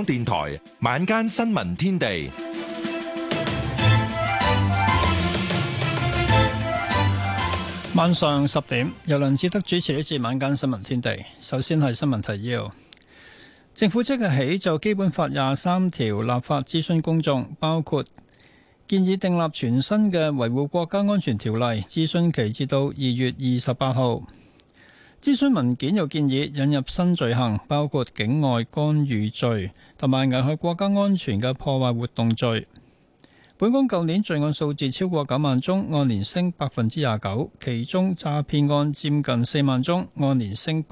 港電台晚間新聞天地， 晚上10點，由梁志德主持呢節晚間新聞天地。首先係新聞提要。政府即日起就基本法23條立法諮詢公眾，包括建議訂立全新嘅維護國家安全條例，諮詢期至到2月28號。諮詢文件又建議引入新罪行，包括境外干預罪同埋危害國家安全嘅破壞活動罪。本港舊年罪案數字超過9萬宗，按年升29%，其中詐騙案佔近4萬宗，按年升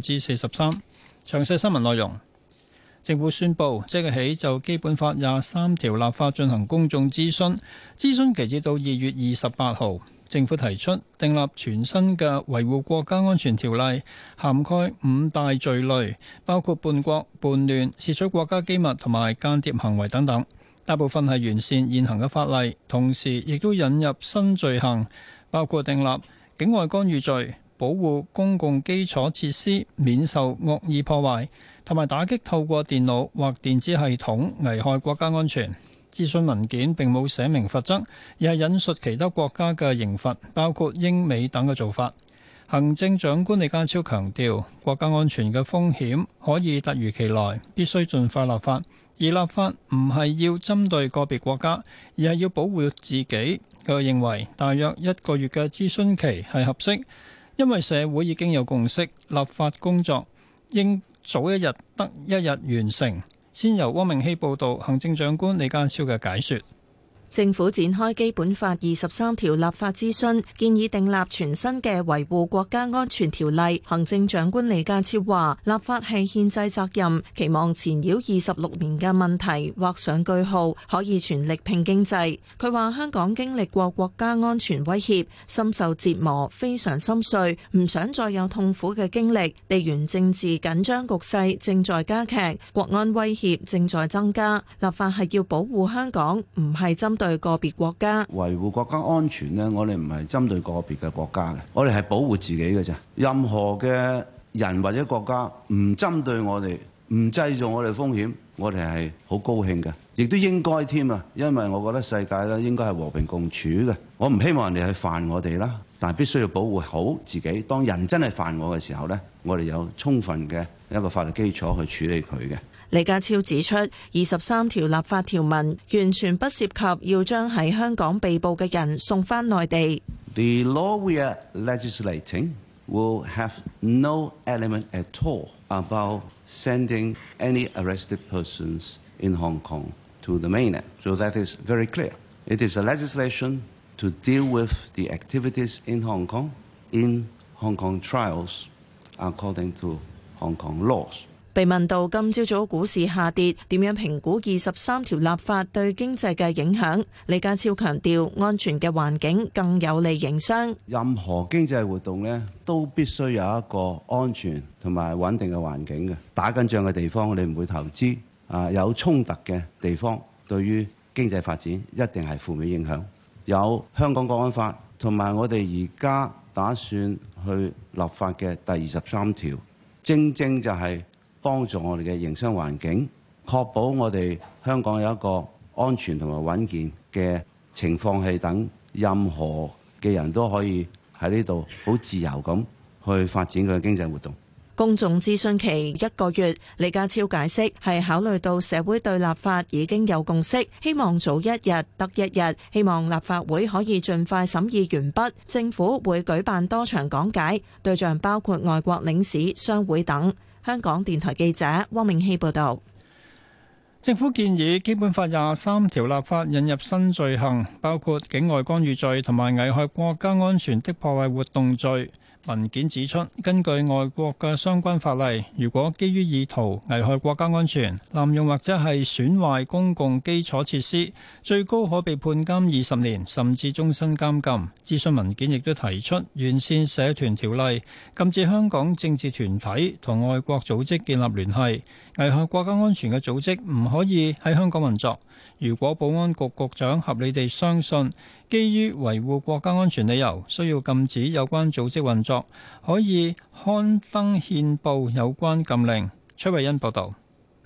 43%。詳細新聞內容。政府宣布即日起就基本法23條立法進行公眾諮詢，諮詢期至到2月28號。政府提出訂立全新嘅維護國家安全條例，涵蓋5大罪類，包括叛國、叛亂、竊取國家機密同埋間諜行為等等。大部分係完善現行嘅法例，同時亦都引入新罪行，包括訂立境外干預罪，保護公共基礎設施免受惡意破壞，同埋打擊透過電腦或電子系統危害國家安全。諮詢文件並冇寫明罰則，而係引述其他國家嘅刑罰，包括英美等嘅做法。行政長官李家超強調，國家安全嘅風險可以突如其來，必須盡快立法。而立法唔係要針對個別國家，而係要保護自己。佢認為大約1個月嘅諮詢期係合適，因為社會已經有共識，立法工作應早一日得一日完成。先由汪明熙報道行政長官李家超嘅解說。 政府展開基本法23條立法諮詢，建議訂立全新嘅維護國家安全條例。行政長官李家超話：立法係憲制責任，期望纏繞26年嘅問題畫上句號，可以全力拼經濟。佢話香港經歷過國家安全威脅，深受折磨，非常心碎，唔想再有痛苦嘅經歷。地緣政治緊張局勢正在加劇，國安威脅正在增加。立法係要保護香港，唔係針對個別國家。 維護國家安全呢，我哋唔係針對個別嘅國家嘅，我哋係保護自己嘅啫。任何嘅人或者國家唔針對我哋，唔製造我哋風險，我哋係好高興嘅，亦都應該添啊！因為我覺得世界咧應該係和平共處嘅。我唔希望人哋去犯我哋啦，但係必須要保護好自己。當人真係犯我嘅時候呢，我哋有充分嘅一個法律基礎去處理佢嘅。 李家超指出，23條立法條文完全不涉及要將喺香港被捕嘅人送返內地。 The law we are legislating will have no element at all about sending any arrested persons in Hong Kong to the mainland. So that is very clear. It is a legislation to deal with the activities in Hong Kong, in Hong Kong trials, according to Hong Kong laws. 被問到今朝早股市下跌，點樣評估23條立法對經濟嘅影響？李家超強調，安全嘅環境更有利營商。 任何經濟活動呢，都必須有一個安全同埋穩定嘅環境嘅。打緊仗嘅地方，你唔會投資；有衝突嘅地方，對於經濟發展一定係負面影響。有香港國安法同埋我哋而家打算去立法嘅第23條，正正就係幫助我哋嘅營商環境，確保我哋香港有一個安全同埋穩健嘅情況，係等任何嘅人都可以喺呢度好自由咁去發展佢嘅經濟活動。 公眾諮詢期1個月，李家超解釋係考慮到社會對立法已經有共識，希望早一日得一日，希望立法會可以盡快審議完畢。政府會舉辦多場講解，對象包括外國領事、商會等。香港電台記者汪明熙報道。 政府建議基本法23條立法引入新罪行，包括境外干預罪同埋危害國家安全的破壞活動罪。文件指出，根據外國嘅相關法例，如果基於意圖危害國家安全、濫用或者係損壞公共基礎設施，最高可被判監20年，甚至終身監禁。諮詢文件亦都提出完善社團條例，禁止香港政治團體同外國組織建立聯繫，危害國家安全嘅組織唔可以喺香港運作。如果保安局局長合理地相信，基於維護國家安全理由，需要禁止有關組織運作，可以刊登憲報有關禁令。崔慧欣報道。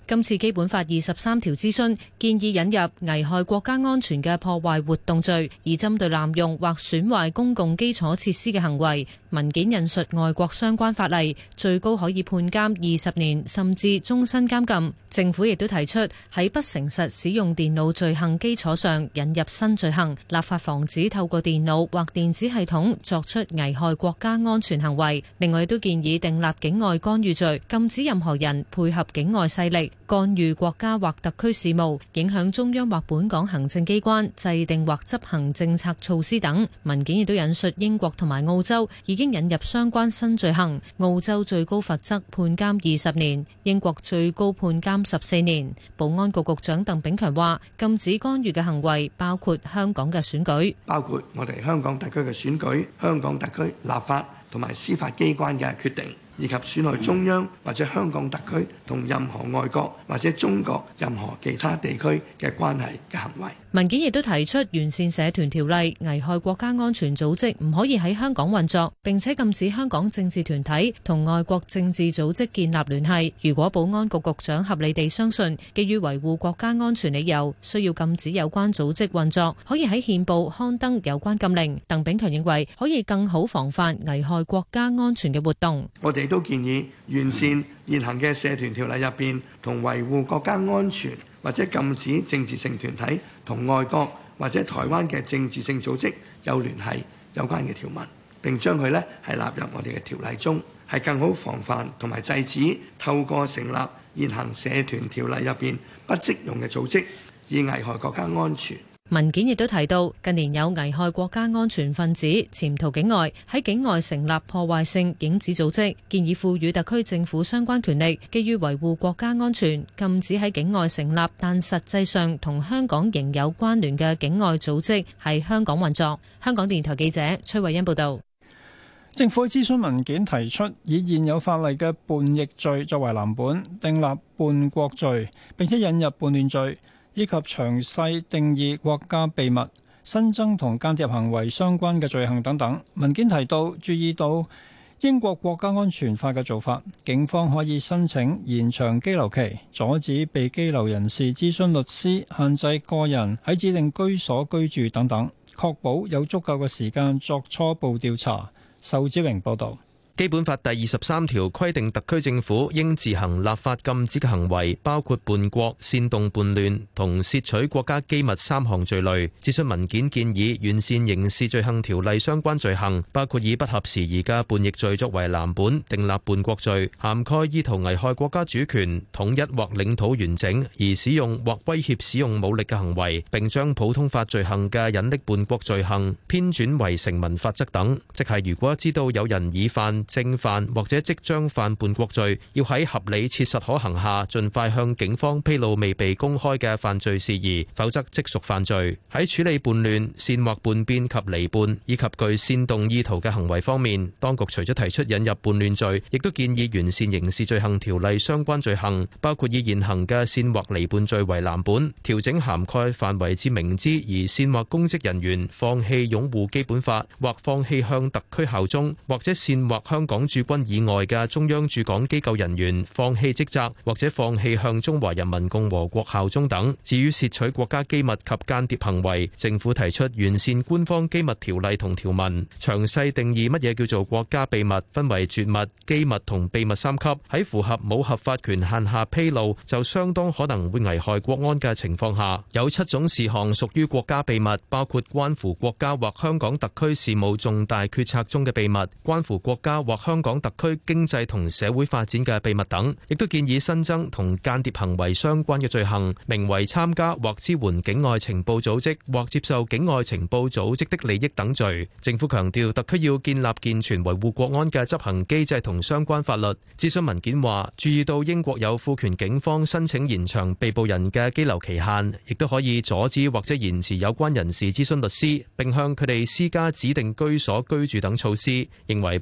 今次基本法23條諮詢建議引入危害國家安全嘅破壞活動罪，以針對濫用或損壞公共基礎設施嘅行為。文件引述外國相關法例，最高可以判監20年，甚至終身監禁。政府亦都提出喺不誠實使用電腦罪行基礎上引入新罪行，立法防止透過電腦或電子系統作出危害國家安全行為。另外亦都建議訂立境外干預罪，禁止任何人配合境外勢力干預國家或特區事務，影響中央或本港行政機關制定或執行政策措施等。文件亦都引述英國同埋澳洲已經引入相關新罪行，澳洲最高罰則判監20年，英國最高判監14年。保安局局長鄧炳強話，禁止干預嘅行為包括香港嘅選舉， 包括我哋香港特區嘅選舉、香港特區立法同埋司法機關嘅決定，以及損害中央或者香港特區同任何外國或者中國任何其他地區嘅關係嘅行為。 文件亦都提出完善社團條例，危害國家安全組織唔可以喺香港運作，並且禁止香港政治團體同外國政治組織建立聯繫。如果保安局局長合理地相信，基於維護國家安全理由，需要禁止有關組織運作，可以喺憲報刊登有關禁令。鄧炳強認為可以更好防範危害國家安全嘅活動。 我哋都建議完善現行嘅社團條例入邊同維護國家安全或者禁止政治性團體同外國或者台灣嘅政治性組織有聯繫有關嘅條文，並將佢係納入我哋嘅條例中，係更好防範同埋制止透過成立現行社團條例入邊不適用嘅組織，以危害國家安全。 文件亦都提到，近年有危害國家安全分子潛逃境外，喺境外成立破壞性影子組織，建議賦予特區政府相關權力，基於維護國家安全，禁止喺境外成立但實際上同香港仍有關聯嘅境外組織喺香港運作。香港電台記者崔慧欣報道。 政府諮詢文件提出，以現有法例嘅叛逆罪作為藍本，訂立叛國罪，並且引入叛亂罪，以及詳細定義國家秘密、新增同間諜行為相關嘅罪行等等。文件提到，注意到英國國家安全法嘅做法，警方可以申請延長羈留期，阻止被羈留人士諮詢律師，限制個人喺指定居所居住等等，確保有足夠嘅時間作初步調查。仇志榮報導。 基本法第23條規定，特區政府應自行立法禁止嘅行為，包括叛國、煽動叛亂同竊取國家機密3項罪類。諮詢文件建議完善刑事罪行條例相關罪行，包括以不合時宜嘅叛逆罪作為藍本，訂立叛國罪，涵蓋意圖危害國家主權、統一或領土完整而使用或威脅使用武力嘅行為，並將普通法罪行嘅隱匿叛國罪行編轉為成文法則等。即係如果知道有人已犯、正犯或者即將犯叛國罪，要喺合理切實可行下，盡快向警方披露未被公開嘅犯罪事宜，否則即屬犯罪。喺處理叛亂、煽惑叛變及離叛以及具煽動意圖嘅行為方面，當局除咗提出引入叛亂罪，亦都建議完善刑事罪行條例相關罪行，包括以現行嘅煽惑離叛罪為藍本，調整涵蓋範圍至明知而煽惑公職人員放棄擁護基本法或放棄向特區效忠，或者煽惑香港駐軍以外嘅中央駐港機構人員放棄職責或者放棄向中華人民共和國效忠等。至於竊取國家機密及間諜行為，政府提出完善官方機密條例同條文，詳細定義乜嘢叫做國家秘密，分為絕密、機密同秘密3級。喺符合冇合法權限下披露就相當可能會危害國安嘅情況下，有7種事項屬於國家秘密，包括關乎國家或香港特區事務重大決策中嘅秘密，關乎國家或香港特區經濟同社會發展嘅秘密等。亦都建議新增同間諜行為相關嘅罪行，名為參加或支援境外情報組織或接受境外情報組織的利益等罪。政府強調，特區要建立健全維護國安嘅執行機制同相關法律。諮詢文件話，注意到英國有賦權警方申請延長被捕人嘅羈留期限，亦都可以阻止或者延遲有關人士諮詢律師，並向佢哋施加指定居所居住等措施。認為本港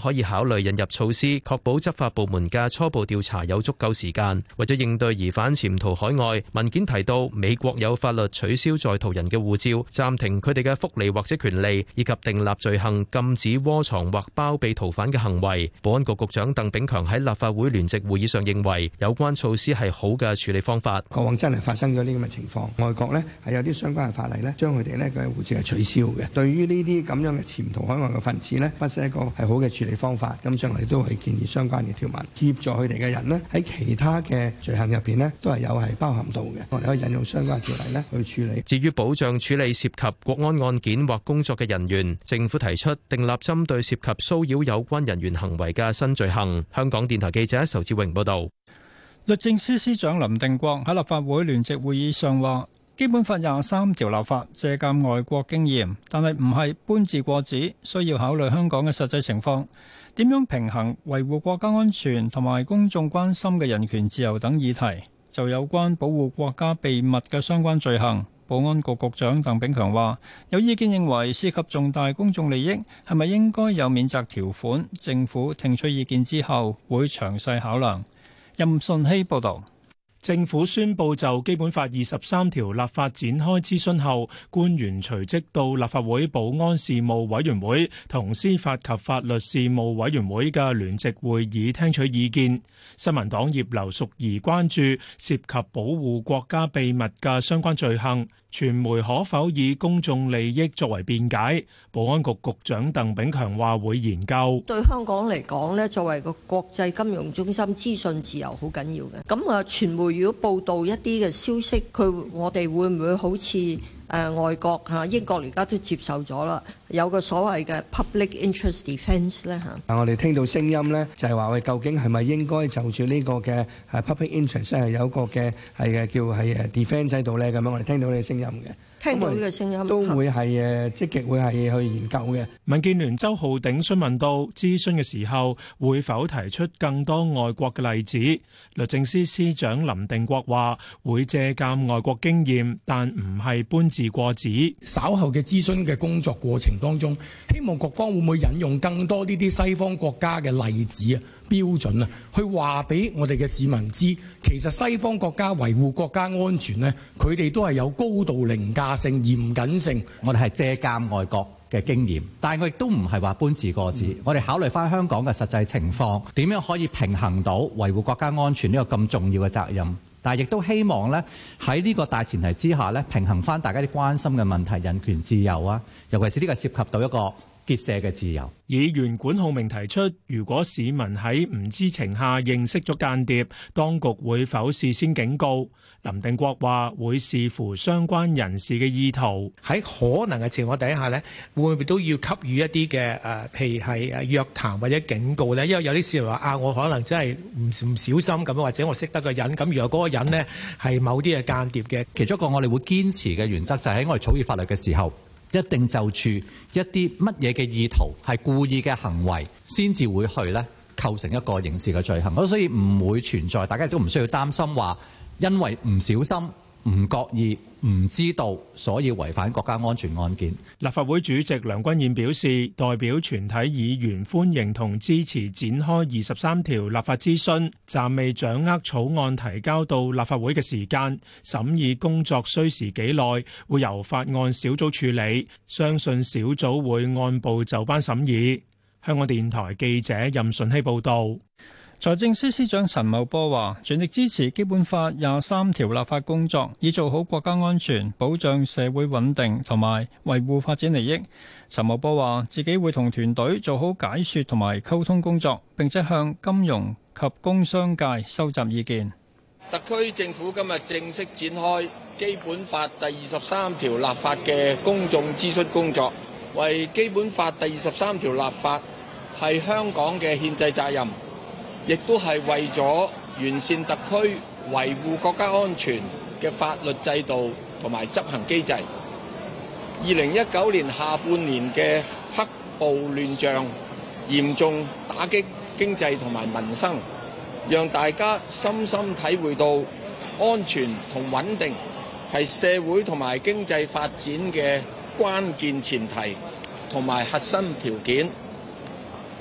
可以考慮引入措施，確保執法部門嘅初步調查有足夠時間。為咗應對疑犯潛逃海外，文件提到美國有法律取消在逃人嘅護照，暫停佢哋嘅福利或者權利，以及訂立罪行禁止窩藏或包庇逃犯嘅行為。保安局局長鄧炳強喺立法會聯席會議上認為，有關措施係好嘅處理方法。 過往真係發生咗呢咁嘅情況，外國呢係有啲相關嘅法例呢，將佢哋呢嘅護照係取消嘅。對於呢啲咁樣嘅潛逃海外嘅分子呢，不失一個係好嘅處理方法。咁所以我哋都係建議相關嘅條文協助佢哋嘅人呢，喺其他嘅罪行入邊呢，都係有係包含到嘅。我哋可以引用相關條例呢去處理。 至於保障處理涉及國安案件或工作嘅人員，政府提出訂立針對涉及騷擾有關人員行為嘅新罪行。香港電台記者仇志榮報導。 律政司司長林定國喺立法會聯席會議上話，基本法23條立法借鑑外國經驗，但係唔係搬字過紙，需要考慮香港嘅實際情況，點樣平衡維護國家安全同埋公眾關心嘅人權自由等議題。就有關保護國家秘密嘅相關罪行，保安局局長鄧炳強話，有意見認為涉及重大公眾利益，係咪應該有免責條款？政府聽取意見之後會詳細考量。任順希報導。 政府宣布就基本法23條立法展開諮詢後，官員隨即到立法會保安事務委員會同司法及法律事務委員會嘅聯席會議聽取意見。新民黨葉劉淑儀關注涉及保護國家秘密嘅相關罪行，傳媒可否以公眾利益作為辯解？保安局局長鄧炳強話會研究。 對香港嚟講呢，作為個國際金融中心，資訊自由好緊要嘅。咁啊，傳媒如果報道一啲嘅消息，我哋會唔會好似外國英國而家都接受咗啦，有個所謂嘅 public interest defence 咧嚇。 我哋聽到聲音咧，就係話我哋究竟係咪應該就住呢個嘅 public interest 係有一個嘅係叫係 defence 喺度咧？咁樣我哋聽到呢個聲音嘅。 聽到呢個聲音都會係積極會係去研究嘅。 民建聯周浩鼎詢問到諮詢嘅時候會否提出更多外國嘅例子，律政司司長林定國話會借鑑外國經驗，但唔係搬字過紙。 稍後嘅諮詢嘅工作過程當中，希望各方會唔會引用更多呢啲西方國家嘅例子啊、標準啊，去話俾我哋嘅市民知，其實西方國家維護國家安全呢，佢哋都係有高度凌駕性、嚴謹性。 我哋係借鑑外國嘅經驗，但係我亦都唔係話搬字過紙。我哋考慮翻香港嘅實際情況，點樣可以平衡到維護國家安全呢個咁重要嘅責任，但係亦都希望呢喺呢個大前提之下呢，平衡翻大家啲關心嘅問題，人權自由啊，尤其是呢個涉及到一個結社嘅自由。 議員管浩明提出，如果市民喺唔知情下認識咗間諜，當局會否事先警告？林定國話會視乎相關人士嘅意圖， 喺可能嘅情況底下呢，會唔會都要給予一啲嘅譬如係約談或者警告呢？因為有啲市民話我可能真係唔小心咁，或者我識得個人，咁如果嗰個人呢係某啲嘅間諜嘅， 其中一個我哋會堅持嘅原則就係喺我哋草擬法律嘅時候，一定就住一啲乜嘢嘅意圖係故意嘅行為，先至會去呢構成一個刑事嘅罪行。咁所以唔會存在，大家亦都唔需要擔心話，因為唔小心、唔覺意、唔知道，所以違反國家安全案件。 立法會主席梁君彥表示，代表全體議員歡迎同支持展開23條立法諮詢，暫未掌握草案提交到立法會嘅時間，審議工作需時幾耐，會由法案小組處理，相信小組會按部就班審議。香港電台記者任順希報導。 財政司司長陳茂波話：全力支持基本法23條立法工作，以做好國家安全、保障社會穩定同埋維護發展利益。陳茂波話：自己會同團隊做好解說同埋溝通工作，並且向金融及工商界收集意見。 特區政府今日正式展開基本法第23條立法嘅公眾諮詢工作，為基本法第23條立法係香港嘅憲制責任，亦都係為咗完善特區維護國家安全嘅法律制度同埋執行機制。2019年下半年嘅黑暴亂象嚴重打擊經濟同埋民生，讓大家深深體會到安全同穩定係社會同埋經濟發展嘅關鍵前提同埋核心條件。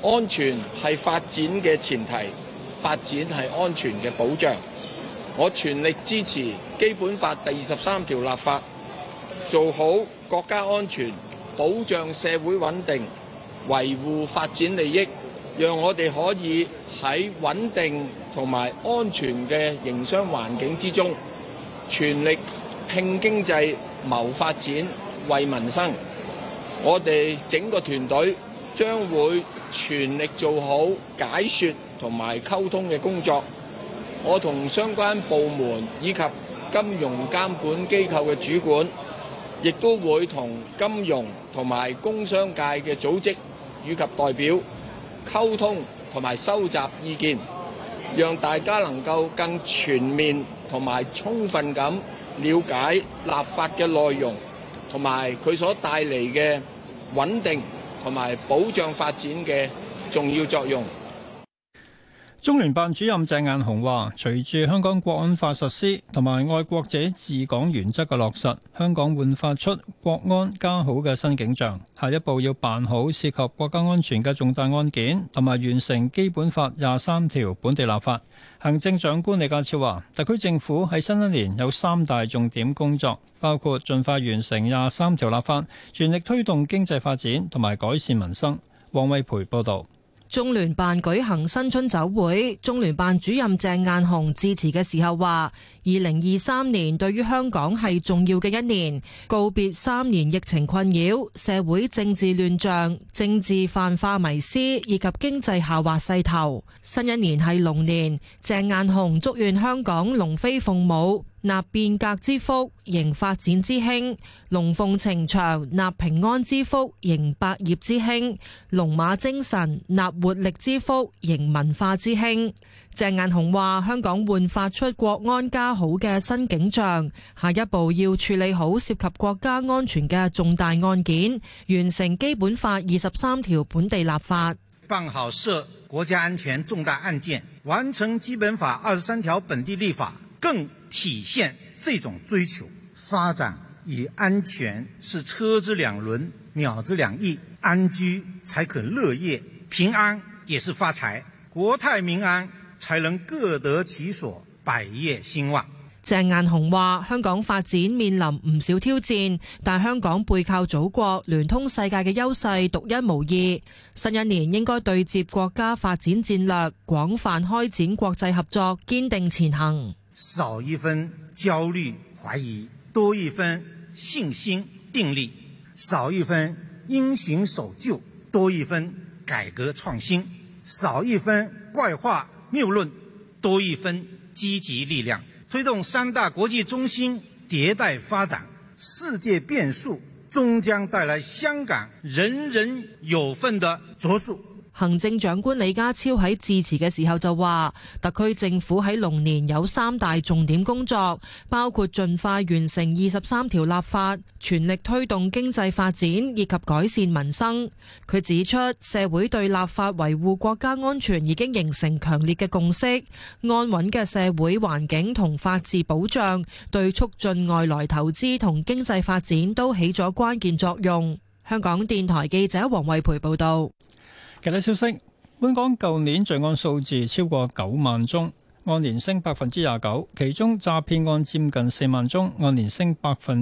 安全係發展嘅前提，發展係安全嘅保障。我全力支持《基本法》第23條立法，做好國家安全，保障社會穩定，維護發展利益，讓我哋可以喺穩定同埋安全嘅營商環境之中，全力拼經濟、謀發展、為民生。我哋整個團隊將會全力做好解說同埋溝通嘅工作。我同相關部門以及金融監管機構嘅主管，亦都會同金融同埋工商界嘅組織以及代表溝通同埋收集意見，讓大家能夠更全面同埋充分咁了解立法嘅內容同埋佢所帶嚟嘅穩定同埋保障發展嘅重要作用。 中聯辦主任鄭雁雄話，隨住香港國安法實施同埋愛國者治港原則嘅落實，香港煥發出國安家好嘅新景象。下一步要辦好涉及國家安全嘅重大案件，同埋完成基本法23條本地立法。行政長官李家超話，特區政府喺新一年有3大重點工作，包括盡快完成23條立法，全力推動經濟發展同埋改善民生。王偉培報導。 中聯辦舉行新春酒會，中聯辦主任鄭雁雄致辭嘅時候話，2023年對於香港係重要嘅一年，告別3年疫情困擾、社會政治亂象、政治泛化迷思以及經濟下滑勢頭。新一年係龍年，鄭雁雄祝願香港龍飛鳳舞，納變革之福，迎發展之興；龍鳳呈祥，納平安之福，迎百業之興；龍馬精神，納活力之福，迎文化之興。鄭雁雄話：香港煥發出國安家好嘅新景象，下一步要處理好涉及國家安全嘅重大案件，完成基本法23條本地立法， 辦好涉國家安全重大案件，完成基本法23條本地立法，更體現這種追求。發展與安全是車之兩輪，鳥之兩翼，安居才可樂業，平安也是發財，國泰民安才能各得其所，百業興旺。 鄭雁雄話：香港發展面臨唔少挑戰，但香港背靠祖國、聯通世界嘅優勢獨一無二。新一年應該對接國家發展戰略，廣泛開展國際合作，堅定前行。 少一分焦慮懷疑，多一分信心定力；少一分因循守舊，多一分改革創新；少一分怪話謬論，多一分積極力量。推動3大國際中心迭代發展，世界變數終將帶來香港人人有份的着數。 行政長官李家超喺致辭嘅時候就話，特區政府喺龍年有3大重點工作，包括盡快完成23條立法，全力推動經濟發展以及改善民生。佢指出，社會對立法維護國家安全已經形成強烈嘅共識，安穩嘅社會環境同法治保障，對促進外來投資同經濟發展都起咗關鍵作用。香港電台記者黃慧培報道。 其他消息，本港舊年罪案數字超過9萬宗，按年升29%，其中詐騙案佔近4萬宗，按年升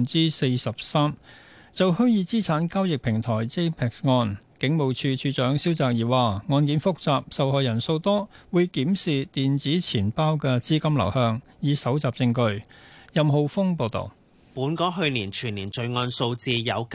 43%。就虛擬資產交易平台 JPEX 案，警務處處長蕭澤頤話：案件複雜，受害人數多，會檢視電子錢包嘅資金流向，以搜集證據。任浩峰報導。 本港去年全年罪案數字有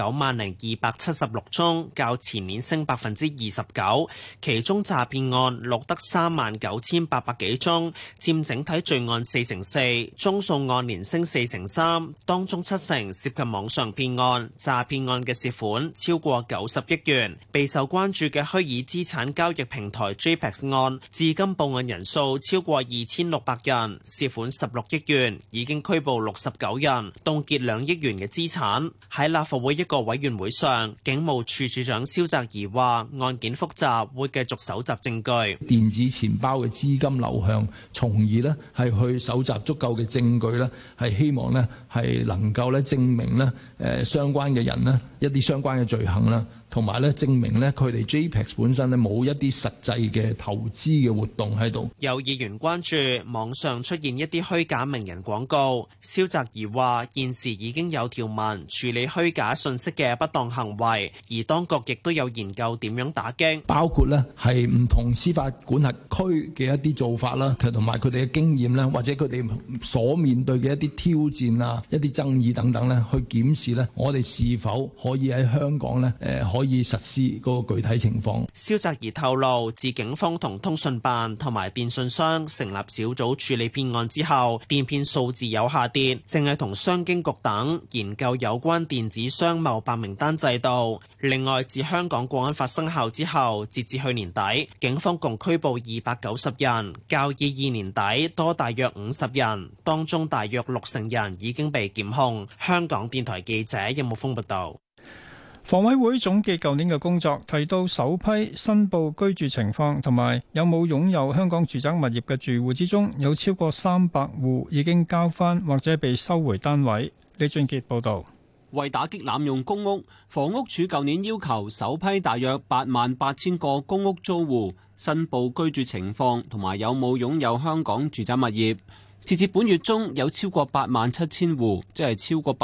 90276宗，較前年升29%，其中詐騙案錄得39800幾宗，佔整體罪案4%，宗數按年升4%，當中70%涉及網上騙案，詐騙案嘅涉款超過90億元。備受關注嘅虛擬資產交易平台 JPEX 案，至今報案人數超過2600人，涉款16億元，已經拘捕69人，結2億元嘅資產。喺立法會一個委員會上，警務處處長蕭澤頤話：案件複雜，會繼續搜集證據。 電子錢包嘅資金流向，從而呢係去搜集足夠嘅證據呢，係希望呢係能夠呢證明呢相關嘅人呢一啲相關嘅罪行呢同埋咧證明咧佢哋 JPEX 本身咧冇一啲實際嘅投資嘅活動喺度。 有議員關注網上出現一啲虛假名人廣告，蕭澤頤話現時已經有條文處理虛假信息嘅不當行為，而當局亦都有研究點樣打擊， 包括咧係唔同司法管轄區嘅一啲做法啦，同埋佢哋嘅經驗咧，或者佢哋所面對嘅一啲挑戰啊、一啲爭議等等咧，去檢視咧我哋是否可以喺香港咧可以實施嗰個具體情況。 蕭澤頤透露，自警方同通訊辦同埋電信商成立小組處理騙案之後，電騙數字有下跌，正係同商經局等研究有關電子商貿白名單制度。另外，自香港國安法生效之後，截至去年底，警方共拘捕290人，較22年底多大約50人，當中大約60人已經被檢控。香港電台記者任木峰報道。 房委會總結舊年嘅工作，提到首批申報居住情況同埋有冇擁有香港住宅物業嘅住戶之中，有超過300戶已經交翻或者被收回單位。李俊傑報導。 為打擊濫用公屋，房屋署舊年要求首批大約88000個公屋租戶申報居住情況同埋有冇擁有香港住宅物業。截至本月中，有超過87000戶，即係超過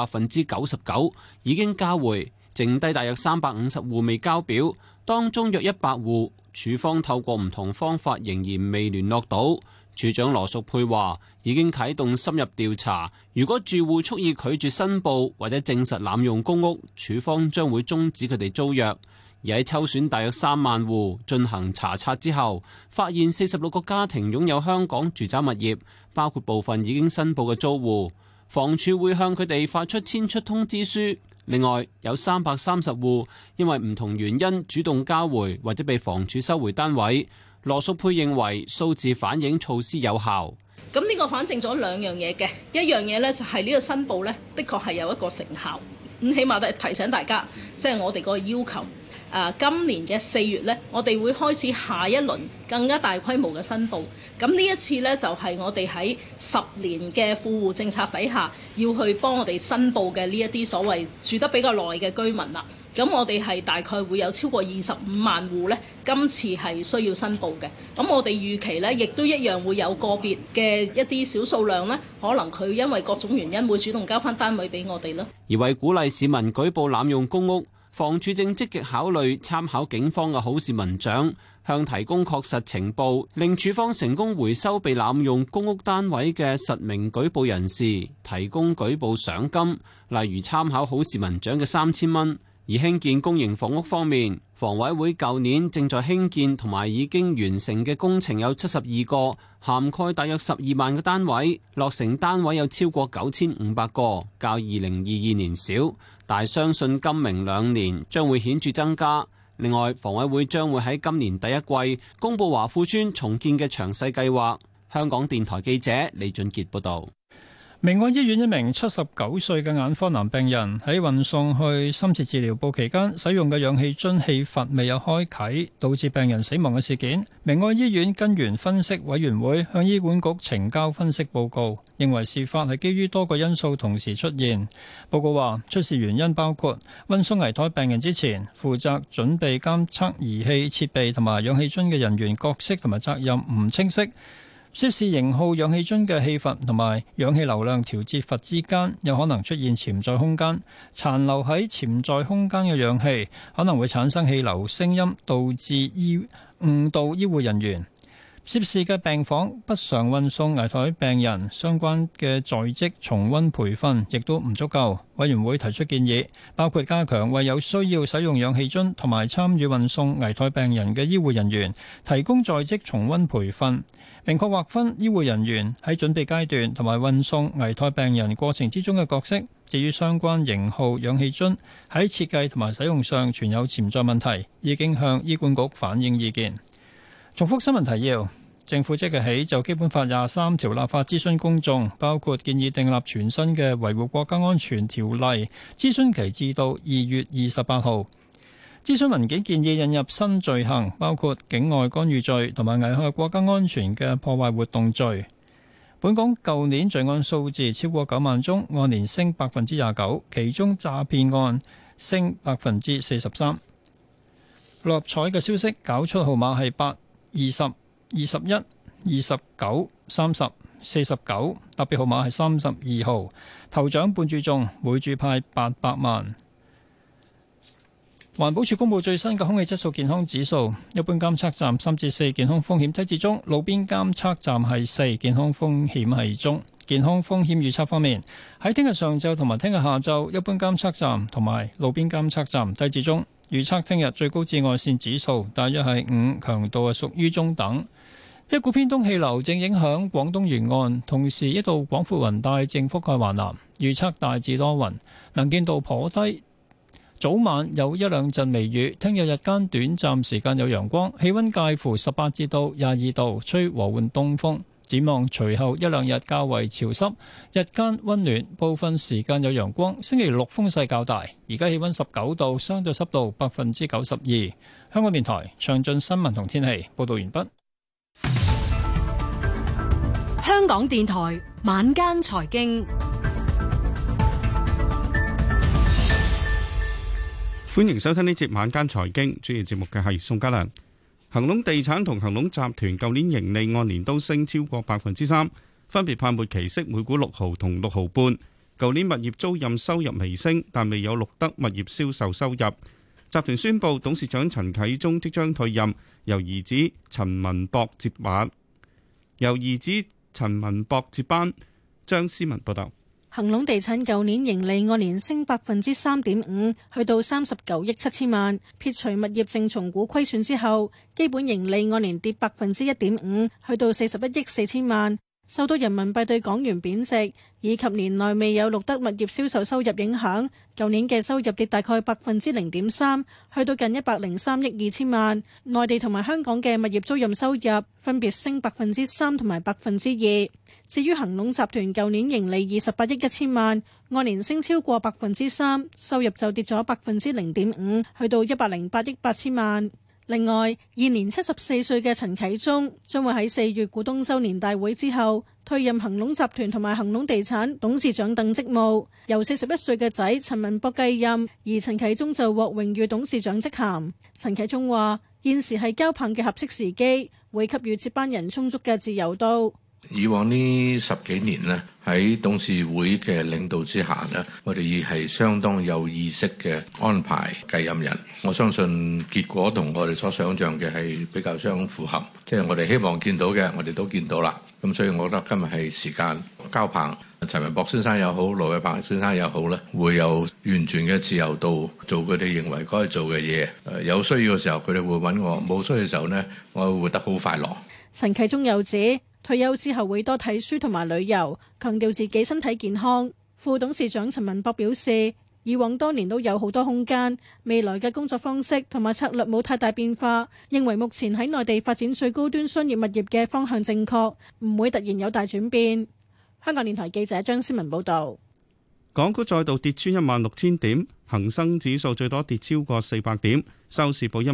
99%已經交回，剩低大約350戶未交表，當中約100戶，署方透過唔同方法仍然未聯絡到。署長羅淑佩話已經啟動深入調查，如果住戶蓄意拒絕申報或者證實濫用公屋，署方將會終止佢哋租約。而喺抽選大約3萬戶進行查冊之後，發現46個家庭擁有香港住宅物業，包括部分已經申報嘅租戶，房署會向佢哋發出遷出通知書。另外有330戶因為唔同原因主動交回或者被房署收回單位。羅淑佩認為數字反映措施有效。 咁呢個反證咗2樣嘢嘅，一樣嘢呢就係呢個申報呢，的確係有一個成效。咁起碼都係提醒大家，即係我哋個要求。今年嘅4月呢，我哋會開始下一輪更加大規模嘅申報。咁呢一次呢，就係我哋喺10年嘅富戶政策底下，要去幫我哋申報嘅呢一啲所謂住得比較耐嘅居民啦。咁我哋係大概會有超過25萬戶呢，今次係需要申報嘅。咁我哋預期呢，亦都一樣會有個別嘅一啲小數量呢，可能佢因為各種原因會主動交翻單位俾我哋咯。 而為鼓勵市民舉報濫用公屋，房署正積極考慮參考警方嘅好市民獎，向提供確實情報，令署方成功回收被濫用公屋單位嘅實名舉報人士提供舉報賞金，例如參考好市民獎嘅3000蚊。而興建公營房屋方面，房委會舊年正在興建同埋已經完成嘅工程有72個，涵蓋大約12萬個單位，落成單位有超過9500個，較2022年少，但相信今明2年將會顯著增加。另外，房委會將會喺今年第一季公佈華富邨重建嘅詳細計劃。香港電台記者李俊傑報導。 明愛醫院一名79歲嘅眼科男病人喺運送去深切治療部期間，使用嘅氧氣樽氣閥未有開啟，導致病人死亡嘅事件，明愛醫院根源分析委員會向醫管局呈交分析報告，認為事發係基於多個因素同時出現。報告話，出事原因包括運送危殆病人之前，負責準備監測儀器設備同埋氧氣樽嘅人員角色同埋責任唔清晰。涉事型號氧氣樽嘅氣閥同埋氧氣流量調節閥之間有可能出現潛在空間，殘留喺潛在空間嘅氧氣可能會產生氣流聲音，導致誤導醫護人員。涉事嘅病房不常運送危殆病人，相關嘅在職重溫培訓亦都唔足夠。委員會提出建議，包括加強為有需要使用氧氣樽同埋參與運送危殆病人嘅醫護人員提供在職重溫培訓，明確劃分醫護人員喺準備階段同埋運送危殆病人過程之中嘅角色。至於相關型號氧氣樽喺設計同埋使用上存有潛在問題，已經向醫管局反映意見。重複新聞提要：政府即日起就基本法23條立法諮詢公眾，包括建議訂立全新嘅維護國家安全條例，諮詢期至到2月28號。諮詢文件建議引入新罪行，包括境外干預罪同埋危害國家安全嘅破壞活動罪。本港舊年罪案數字超過9萬宗，按年升29%，其中詐騙案升43%。 六合彩嘅消息，搞出號碼係8、20、21、29、30、49，特別號碼係32號。頭獎半注中，每注派800萬。環保署公布最新嘅空氣質素健康指數，一般監測站3至4，健康風險低至中；路邊監測站係4，健康風險係中。健康風險預測方面，喺聽日上晝同埋聽日下晝，一般監測站同埋路邊監測站低至中。預測聽日最高紫外線指數大約係5，強度係屬於中等。一股偏東氣流正影響廣東沿岸，同時一道廣闊雲帶正覆蓋華南，預測大致多雲，能見度頗低。早晚有一兩陣微雨，聽日日間短暫時間有陽光，氣溫介乎18至到22度，吹和緩東風。展望隨後一兩日較為潮濕，日間溫暖，部分時間有陽光。星期六風勢較大，而家氣溫19度，相對濕度92%。香港電台詳盡新聞同天氣報道完畢。 香港電台晚間財經， 歡迎收聽呢節晚間財經，主持節目嘅係宋家良。恒隆地產同恒隆集團舊年盈利按年都升超過3%，分別派末期息每股6毫同6毫半。舊年物業租賃收入微升，但未有錄得物業銷售收入。集團宣布董事長陳啟宗即將退任，由兒子陳文博接班。張思文報道。 恒隆地產舊年盈利按年升3.5%，去到39億7千萬，撇除物業淨重估虧損之後，基本盈利按年跌1.5%，去到41億4千萬。受到人民幣對港元貶值以及年內未有錄得物業銷售收入影響，舊年嘅收入跌大概0.3%，去到近103億2千萬。內地同埋香港嘅物業租賃收入分別升3%同埋2%。至於恒隆集團舊年盈利28億1千萬，按年升超過3%，收入就跌咗0.5%，去到108億8千萬。另外，現年74歲嘅陳啟宗將會喺4月股東周年大會之後退任恒隆集團同埋恒隆地產董事長等職務，由41歲嘅仔陳文博繼任，而陳啟宗就獲榮譽董事長職銜。陳啟宗話：現時係交棒嘅合適時機，會給予接班人充足嘅自由度。 以往呢10幾年呢，喺董事會嘅領導之下呢，我哋亦係相當有意識嘅安排繼任人。我相信結果同我哋所想像嘅係比較相符合，即係我哋希望見到嘅，我哋都見到啦。咁所以我覺得今日係時間交棒，陳文博先生又好，盧偉白先生又好咧，會有完全嘅自由度做佢哋認為該做嘅嘢。有需要嘅時候佢哋會揾我，冇需要嘅時候呢，我會活得好快樂。 陳啟宗又指，退休之後會多睇書同埋旅遊，強調自己身體健康。副董事長陳文博表示，以往多年都有好多空間，未來嘅工作方式同埋策略冇太大變化，認為目前喺內地發展最高端商業物業嘅方向正確，唔會突然有大轉變。香港電台記者張思文報道。 港股再度跌穿16000點，恒生指數最多跌超過400點，收市報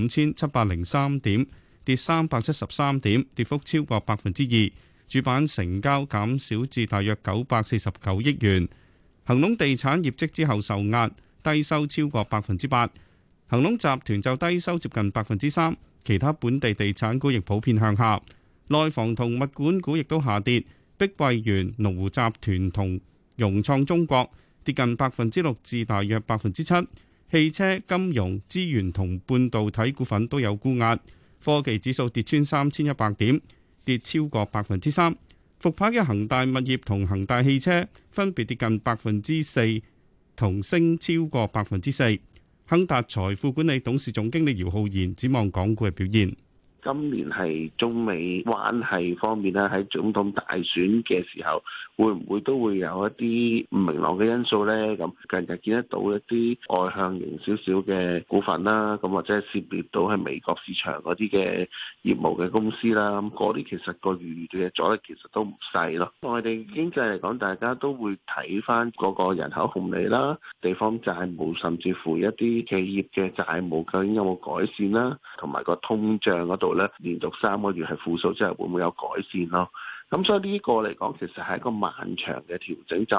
15703點。跌373點，跌幅超過2%。主板成交減少至大約949億元。恒隆地產業績之後受壓，低收超過8%。恒隆集團就低收接近3%。其他本地地產股亦普遍向下。內房同物管股亦都下跌，碧桂園、龍湖集團同融創中國跌近6%至大約7%。汽車、金融、資源同半導體股份都有沽壓。科技指數跌穿3100點，跌超過3%。復牌嘅恒大物業同恒大汽車分別跌近4%同升超過4%。亨達財富管理董事總經理姚浩然展望港股嘅表現。 今年係中美關係方面咧，喺總統大選嘅時候，會唔會都會有一啲唔明朗嘅因素呢？咁近日見得到一啲外向型少少嘅股份啦，咁或者係涉獵到喺美國市場嗰啲嘅業務嘅公司啦，咁嗰啲其實個預嘅阻力其實都唔細咯。內地經濟嚟講，大家都會睇翻嗰個人口紅利啦、地方債務，甚至乎一啲企業嘅債務究竟有冇改善啦，同埋個通脹嗰度咧，連續3個月係負數之後會唔會有改善咯？咁所以呢個嚟講，其實係一個漫長嘅調整，就唔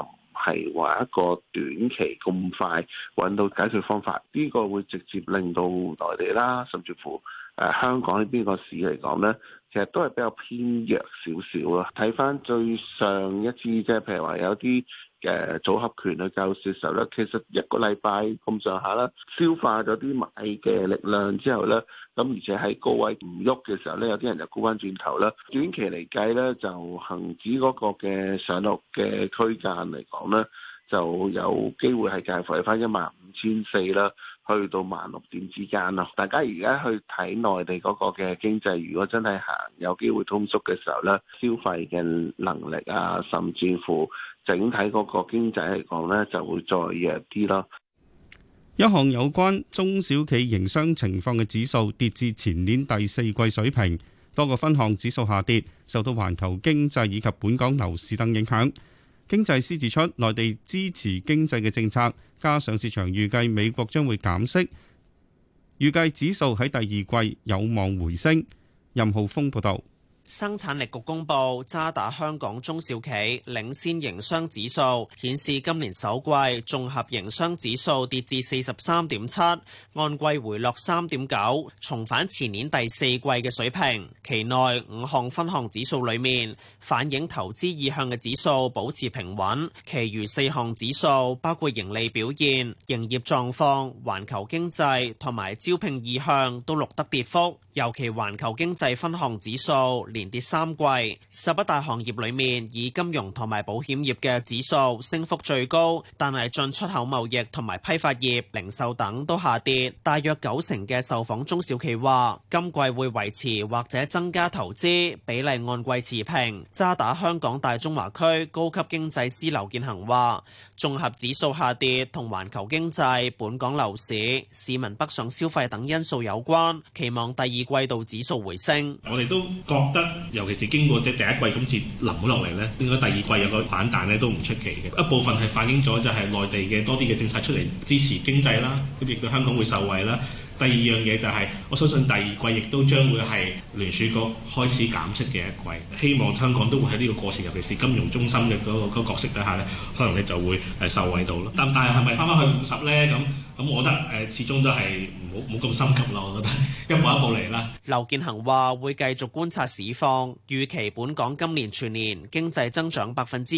係話一個短期咁快揾到解決方法，呢個會直接令到內地啦，甚至乎香港呢邊個市嚟講呢，其實都係比較偏弱少少咯。睇翻最上一次即係譬如話有啲組合拳去救市嘅時候咧，其實一個禮拜咁上下啦，消化咗啲買嘅力量之後咧，咁而且喺高位唔喐嘅時候咧，有啲人就沽翻轉頭啦。短期嚟計咧，就恆指嗰個嘅上落嘅區間嚟講咧，就有機會係介乎喺翻15,400啦，去到16,000點之間咯。大家而家去睇內地嗰個嘅經濟，如果真係行有機會通縮嘅時候咧，消費嘅能力啊，甚至乎整體嗰個經濟嚟講咧，就會再弱啲咯。 一項有關中小企營商情況嘅指數跌至前年第四季水平，多個分項指數下跌，受到環球經濟以及本港樓市等影響。經濟師指出，內地支持經濟嘅政策，加上市場預計美國將會減息，預計指數喺第二季有望回升。任浩峰報導。 生產力局公布渣打香港中小企領先營商指數，顯示今年首季綜合營商指數跌至43.7，按季回落3.9，重返前年第四季嘅水平。期內5項分項指數裏面，反映投資意向嘅指數保持平穩，其餘4項指數包括盈利表現、營業狀況、環球經濟同埋招聘意向都錄得跌幅，尤其環球經濟分項指數連跌3季，11大行業裏面以金融同埋保險業嘅指數升幅最高，但係進出口貿易同埋批發業、零售等都下跌。大約90%嘅受訪中小企話，今季會維持或者增加投資，比例按季持平。渣打香港大中華區高級經濟師劉建恒話，綜合指數下跌同環球經濟、本港樓市、市民北上消費等因素有關，期望第二季度指數回升。 我哋都覺得，尤其是經過第一季咁次冧咗落嚟呢，應該第二季有個反彈呢都唔出奇嘅。一部分係反映咗就係內地嘅多啲嘅政策出嚟支持經濟啦，咁亦對香港會受惠啦。第二樣嘢就係，我相信第二季亦都將會係聯儲局開始減息嘅一季，希望香港都會喺呢個過程，尤其是金融中心嘅嗰個角色底下咧，可能你就會受惠到咯。但係咪翻返去50咧？咁我覺得始終都係冇咁心急咯。我覺得一步一步嚟啦。 劉建恒話會繼續觀察市況，預期本港今年全年經濟增長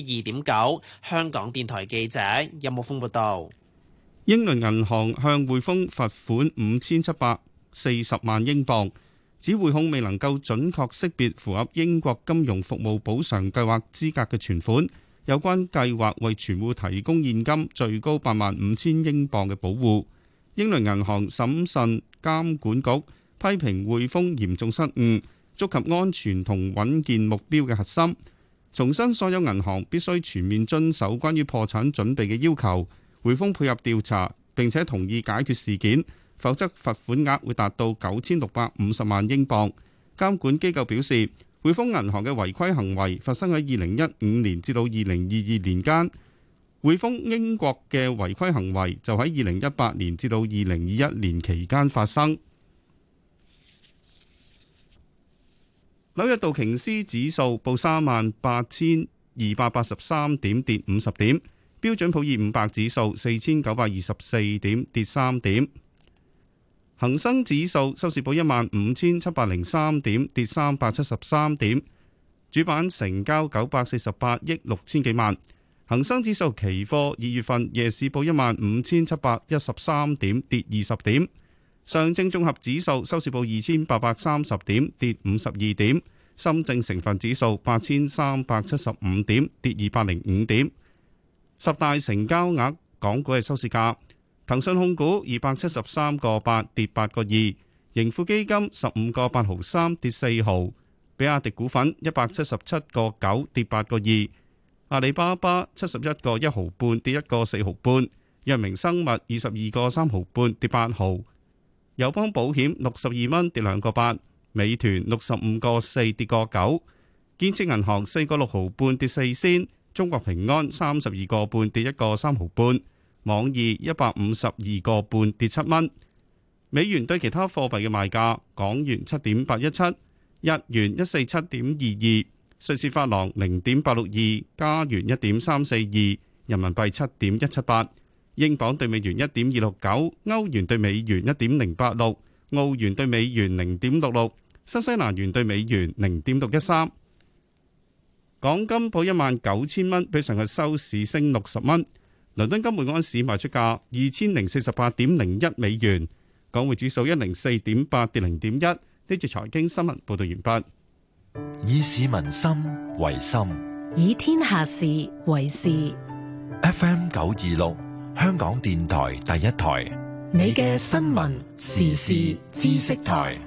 2.9%。香港電台記者任木峰報道。 英倫銀行向匯豐罰款5740萬英鎊，指匯控未能夠準確識別符合英國金融服務補償計劃資格嘅存款，有關計劃為存戶提供現金最高85000英鎊嘅保護。英倫銀行審慎監管局批評匯豐嚴重失誤，觸及安全同穩健目標嘅核心，重申所有銀行必須全面遵守關於破產準備嘅要求。匯豐配合調查，並且同意解決事件，否則罰款額會達到9650萬英鎊。監管機構表示，匯豐銀行嘅違規行為發生喺2015年至到2022年間，匯豐英國嘅違規行為就喺2018年至到2021年期間發生。紐約道瓊斯指數報38,283點，跌50點。標準普爾500指數4924點，跌3點。恒生指數收市報15,703點，跌373點。主板成交948億6千幾萬。恒生指數期貨2月份夜市報15,713點，跌20點。上證綜合指數收市報2830點，跌52點。深證成分指數8375點，跌205點。十大成交額港股嘅收市價：騰訊控股273個8，跌8個2；盈富基金15個8毫3，跌4毫；比亞迪股份177個9，跌8個2；阿里巴巴71個1毫半，跌1個4毫半；藥明生物22個3毫半，跌8毫；友邦保險62蚊，跌2個8；美團65個4，跌個9；建設銀行4個6毫半，跌4仙。中國平安32個半，跌1個3毫半，網易152個半，跌7蚊。美元對其他貨幣嘅賣價：港元7.817，日元147.22，瑞士法郎0.862，加元1.342， 人民幣7.178，英鎊對美元1.269，歐元對美元1.086，澳元對美元0.66，新西蘭元對美元0.613。港金報19,000蚊，比上日收市升60蚊。倫敦金每盎司賣出價2048.01美元，港匯指數104.8跌0.1。呢節財經新聞報道完畢。 以市民心為心， 以天下事為事。 FM 926，香港電台第一台， 你嘅新聞時事知識台。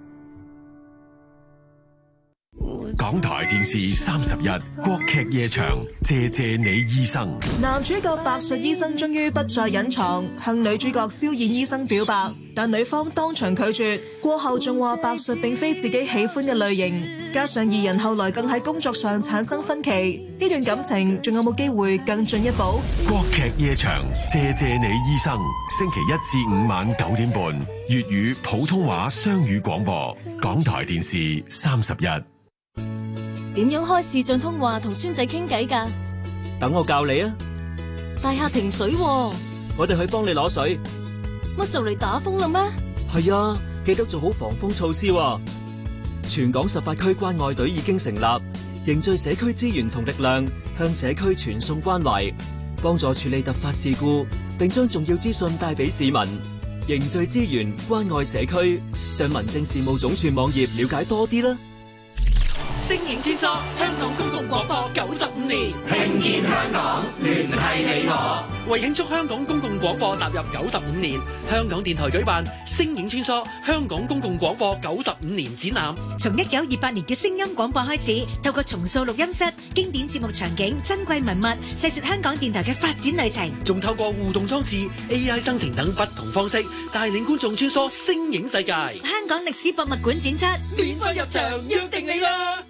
港台電視30日國劇夜場，謝謝你醫生。 男主角白術醫生終於不再隱藏，向女主角蕭燕醫生表白，但女方當場拒絕，過後仲話白術並非自己喜歡嘅類型，加上二人後來更喺工作上產生分歧，呢段感情仲有冇機會更進一步？ 國劇夜場，謝謝你醫生，星期1至5晚9點半，粵語普通話雙語廣播，港台電視30日。 點樣開視像通話同孫仔傾偈㗎？ 等我教你啊！ 大廈停水喎， 我哋去幫你攞水。 乜就嚟打風啦咩？ 係啊，記得做好防風措施喎。全港18區關愛隊已經成立，凝聚社區資源同力量，向社區傳送關懷，幫助處理突發事故，並將重要資訊帶俾市民。凝聚資源，關愛社區，上民政事務總署網頁了解多啲啦。 聲影穿梭香港公共廣播95年，聽見香港，聯繫你我。為慶祝香港公共廣播踏入95年，香港電台舉辦聲影穿梭香港公共廣播95年展覽。 從1928年嘅聲音廣播開始，透過重塑錄音室、經典節目場景、珍貴文物，細說香港電台嘅發展旅程。 仲透過互動裝置、AI 生成等不同方式，帶領觀眾穿梭聲影世界。 香港歷史博物館展出， 免費入場，約定你啦！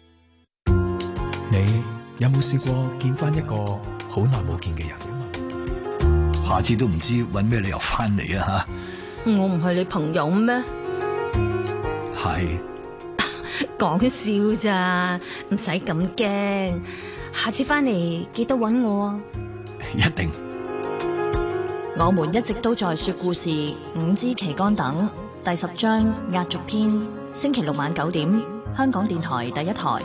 你有冇試過見翻一個好耐冇見嘅人？ 下次都唔知揾咩理由翻嚟啊！ 我唔係你朋友咩？ 係講笑咋，唔使咁驚。下次翻嚟記得揾我啊！ 一定。 我們一直都在說故事，五枝旗杆等第10章壓軸篇，星期6晚9點，香港電台第一台。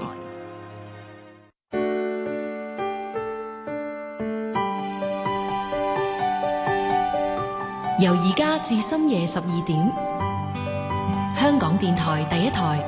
由而家至深夜12點，香港電台第一台。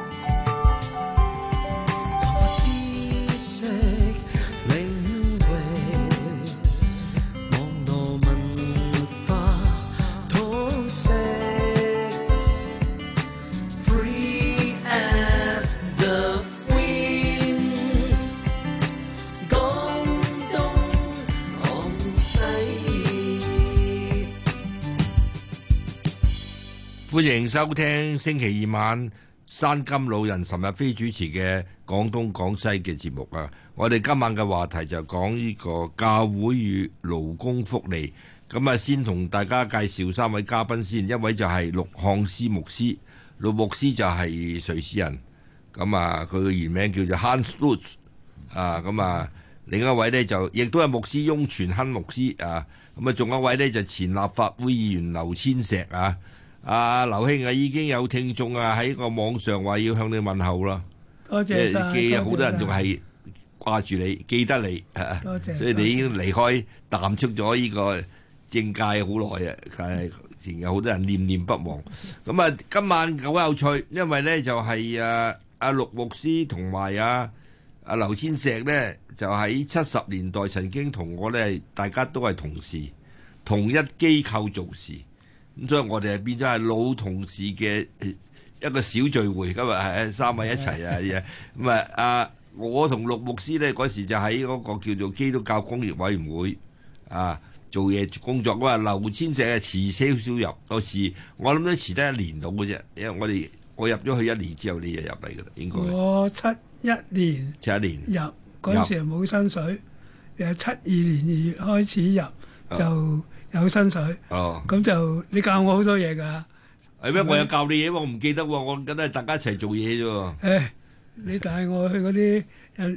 歡迎收聽星期2晚山金老人岑日飛主持嘅廣東廣西嘅節目啊！我哋今晚嘅話題就講呢個教會與勞工福利。咁啊，先同大家介紹3位嘉賓先，一位就係陸漢斯牧師，陸牧師就係瑞士人，咁啊佢嘅原名叫做 Hans Lutz 啊，咁啊另一位呢，就亦都係牧師翁傳亨牧師啊，咁啊仲有一位呢，就前立法會議員劉千石啊。劉兄啊，已經有聽眾啊喺個網上話要向你問候啦， 多謝晒， 記好多人仲係掛住你，記得你， 多謝， 所以你已經離開淡出咗呢個政界好耐啊，但係仍有好多人念念不忘。咁啊，今晚好有趣，因為咧就係阿陸牧師同埋阿劉千石咧，就喺70年代曾經同我咧，大家都係同事，同一機構做事。咁所以我哋係變咗係老同事嘅一個小聚會，今日係3位一齊啊！咁我同陸牧師咧嗰時就喺嗰個叫做基督教工業委員會做嘢工作。咁啊，劉千石係遲少少入，到時我諗都遲得1年到嘅啫，因為我入咗去1年之後，你就入嚟㗎啦，應該。 我71年入嗰陣時冇薪水，又72年2月開始入就有薪水，咁就你教我好多嘢㗎。 係咩？我有教你嘢，我唔記得喎。我覺得係大家一齊做嘢啫喎。 你帶我去嗰啲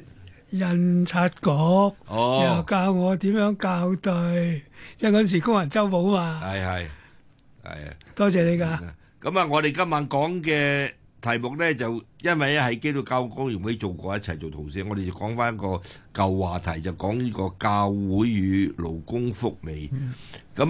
印刷局，又教我點樣校對，因為嗰陣時工人週報嘛。 係啊， 多謝你㗎。 咁啊，我哋今晚講嘅題目咧，就因為咧喺基督教工聯會做過一齊做圖書，我哋就講翻一個舊話題，就講呢個教會與勞工福利。咁